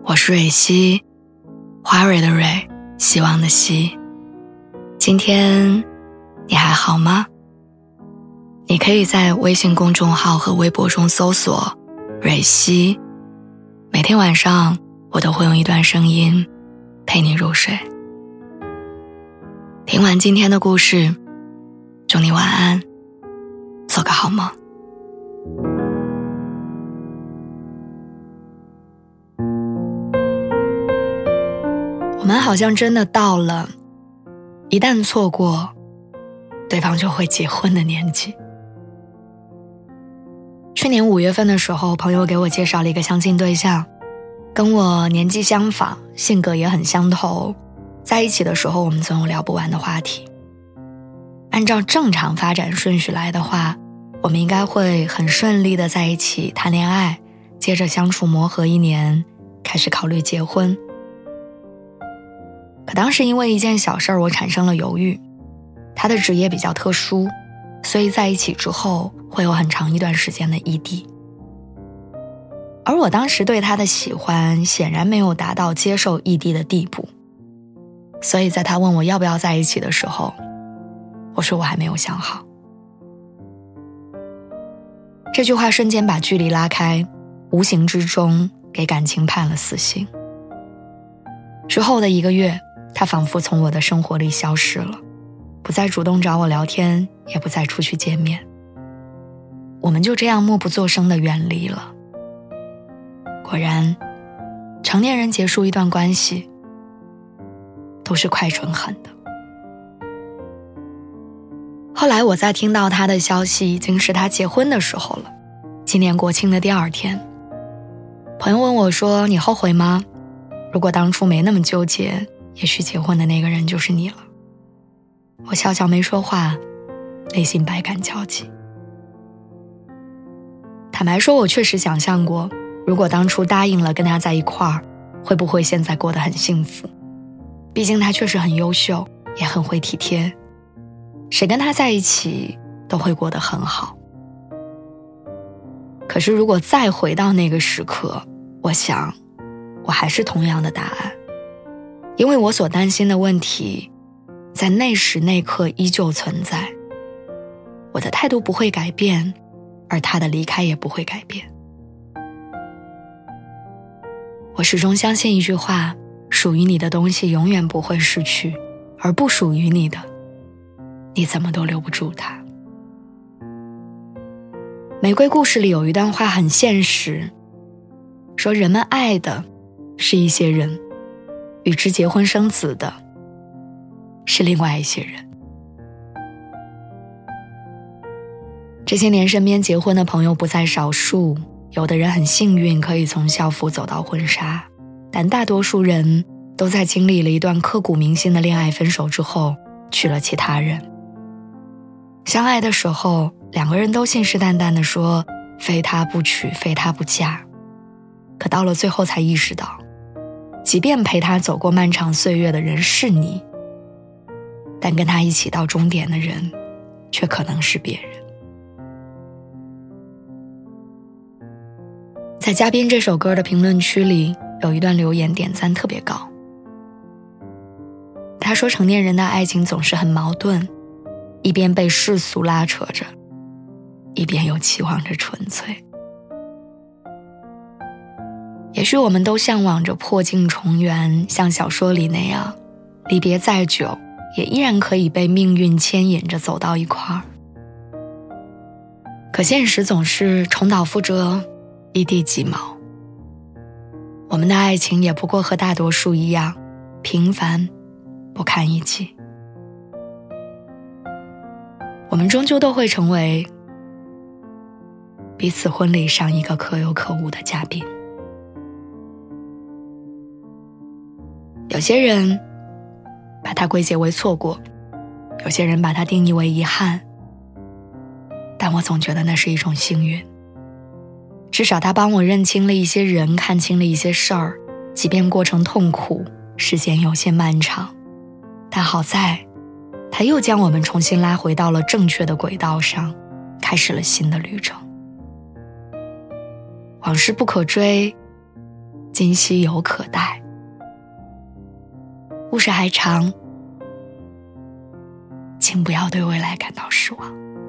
我是蕊希，花蕊的蕊，希望的希。今天你还好吗？你可以在微信公众号和微博中搜索蕊希，每天晚上我都会用一段声音陪你入睡。听完今天的故事，祝你晚安，做个好梦。我们好像真的到了一旦错过对方就会结婚的年纪。去年5月份的时候，朋友给我介绍了一个相亲对象，跟我年纪相仿，性格也很相投，在一起的时候我们总有聊不完的话题。按照正常发展顺序来的话，我们应该会很顺利的在一起谈恋爱，接着相处磨合1年，开始考虑结婚。可当时因为一件小事我产生了犹豫，他的职业比较特殊，所以在一起之后会有很长一段时间的异地。而我当时对他的喜欢显然没有达到接受异地的地步，所以在他问我要不要在一起的时候，我说我还没有想好。这句话瞬间把距离拉开，无形之中给感情判了死刑。之后的1个月，他仿佛从我的生活里消失了，不再主动找我聊天，也不再出去见面。我们就这样默不作声地远离了。果然，成年人结束一段关系都是快准狠的。后来我在听到他的消息，已经是他结婚的时候了。今年国庆的第2天，朋友问我说，你后悔吗？如果当初没那么纠结，也许结婚的那个人就是你了。我笑笑没说话，内心百感交集。坦白说，我确实想象过，如果当初答应了跟他在一块儿，会不会现在过得很幸福。毕竟他确实很优秀，也很会体贴，谁跟他在一起都会过得很好。可是如果再回到那个时刻，我想我还是同样的答案，因为我所担心的问题在那时那刻依旧存在。我的态度不会改变，而他的离开也不会改变。我始终相信一句话，属于你的东西永远不会失去，而不属于你的，你怎么都留不住它。玫瑰故事里有一段话很现实，说人们爱的是一些人，与之结婚生子的是另外一些人。这些年身边结婚的朋友不在少数，有的人很幸运可以从校服走到婚纱，但大多数人都在经历了一段刻骨铭心的恋爱分手之后娶了其他人。相爱的时候2个人都信誓旦旦地说非他不娶，非他不嫁，可到了最后才意识到，即便陪他走过漫长岁月的人是你，但跟他一起到终点的人却可能是别人。在嘉宾这首歌的评论区里，有一段留言点赞特别高。他说，成年人的爱情总是很矛盾，一边被世俗拉扯着，一边又期望着纯粹。也许我们都向往着破镜重圆，像小说里那样，离别再久也依然可以被命运牵引着走到一块儿。可现实总是重蹈覆辙，一地鸡毛。我们的爱情也不过和大多数一样，平凡不堪一击。我们终究都会成为彼此婚礼上一个可有可无的嘉宾。有些人把它归结为错过，有些人把它定义为遗憾，但我总觉得那是一种幸运。至少他帮我认清了一些人，看清了一些事儿，即便过程痛苦，时间有些漫长，但好在他又将我们重新拉回到了正确的轨道上，开始了新的旅程。往事不可追， 今夕犹可待。故事还长，请不要对未来感到失望。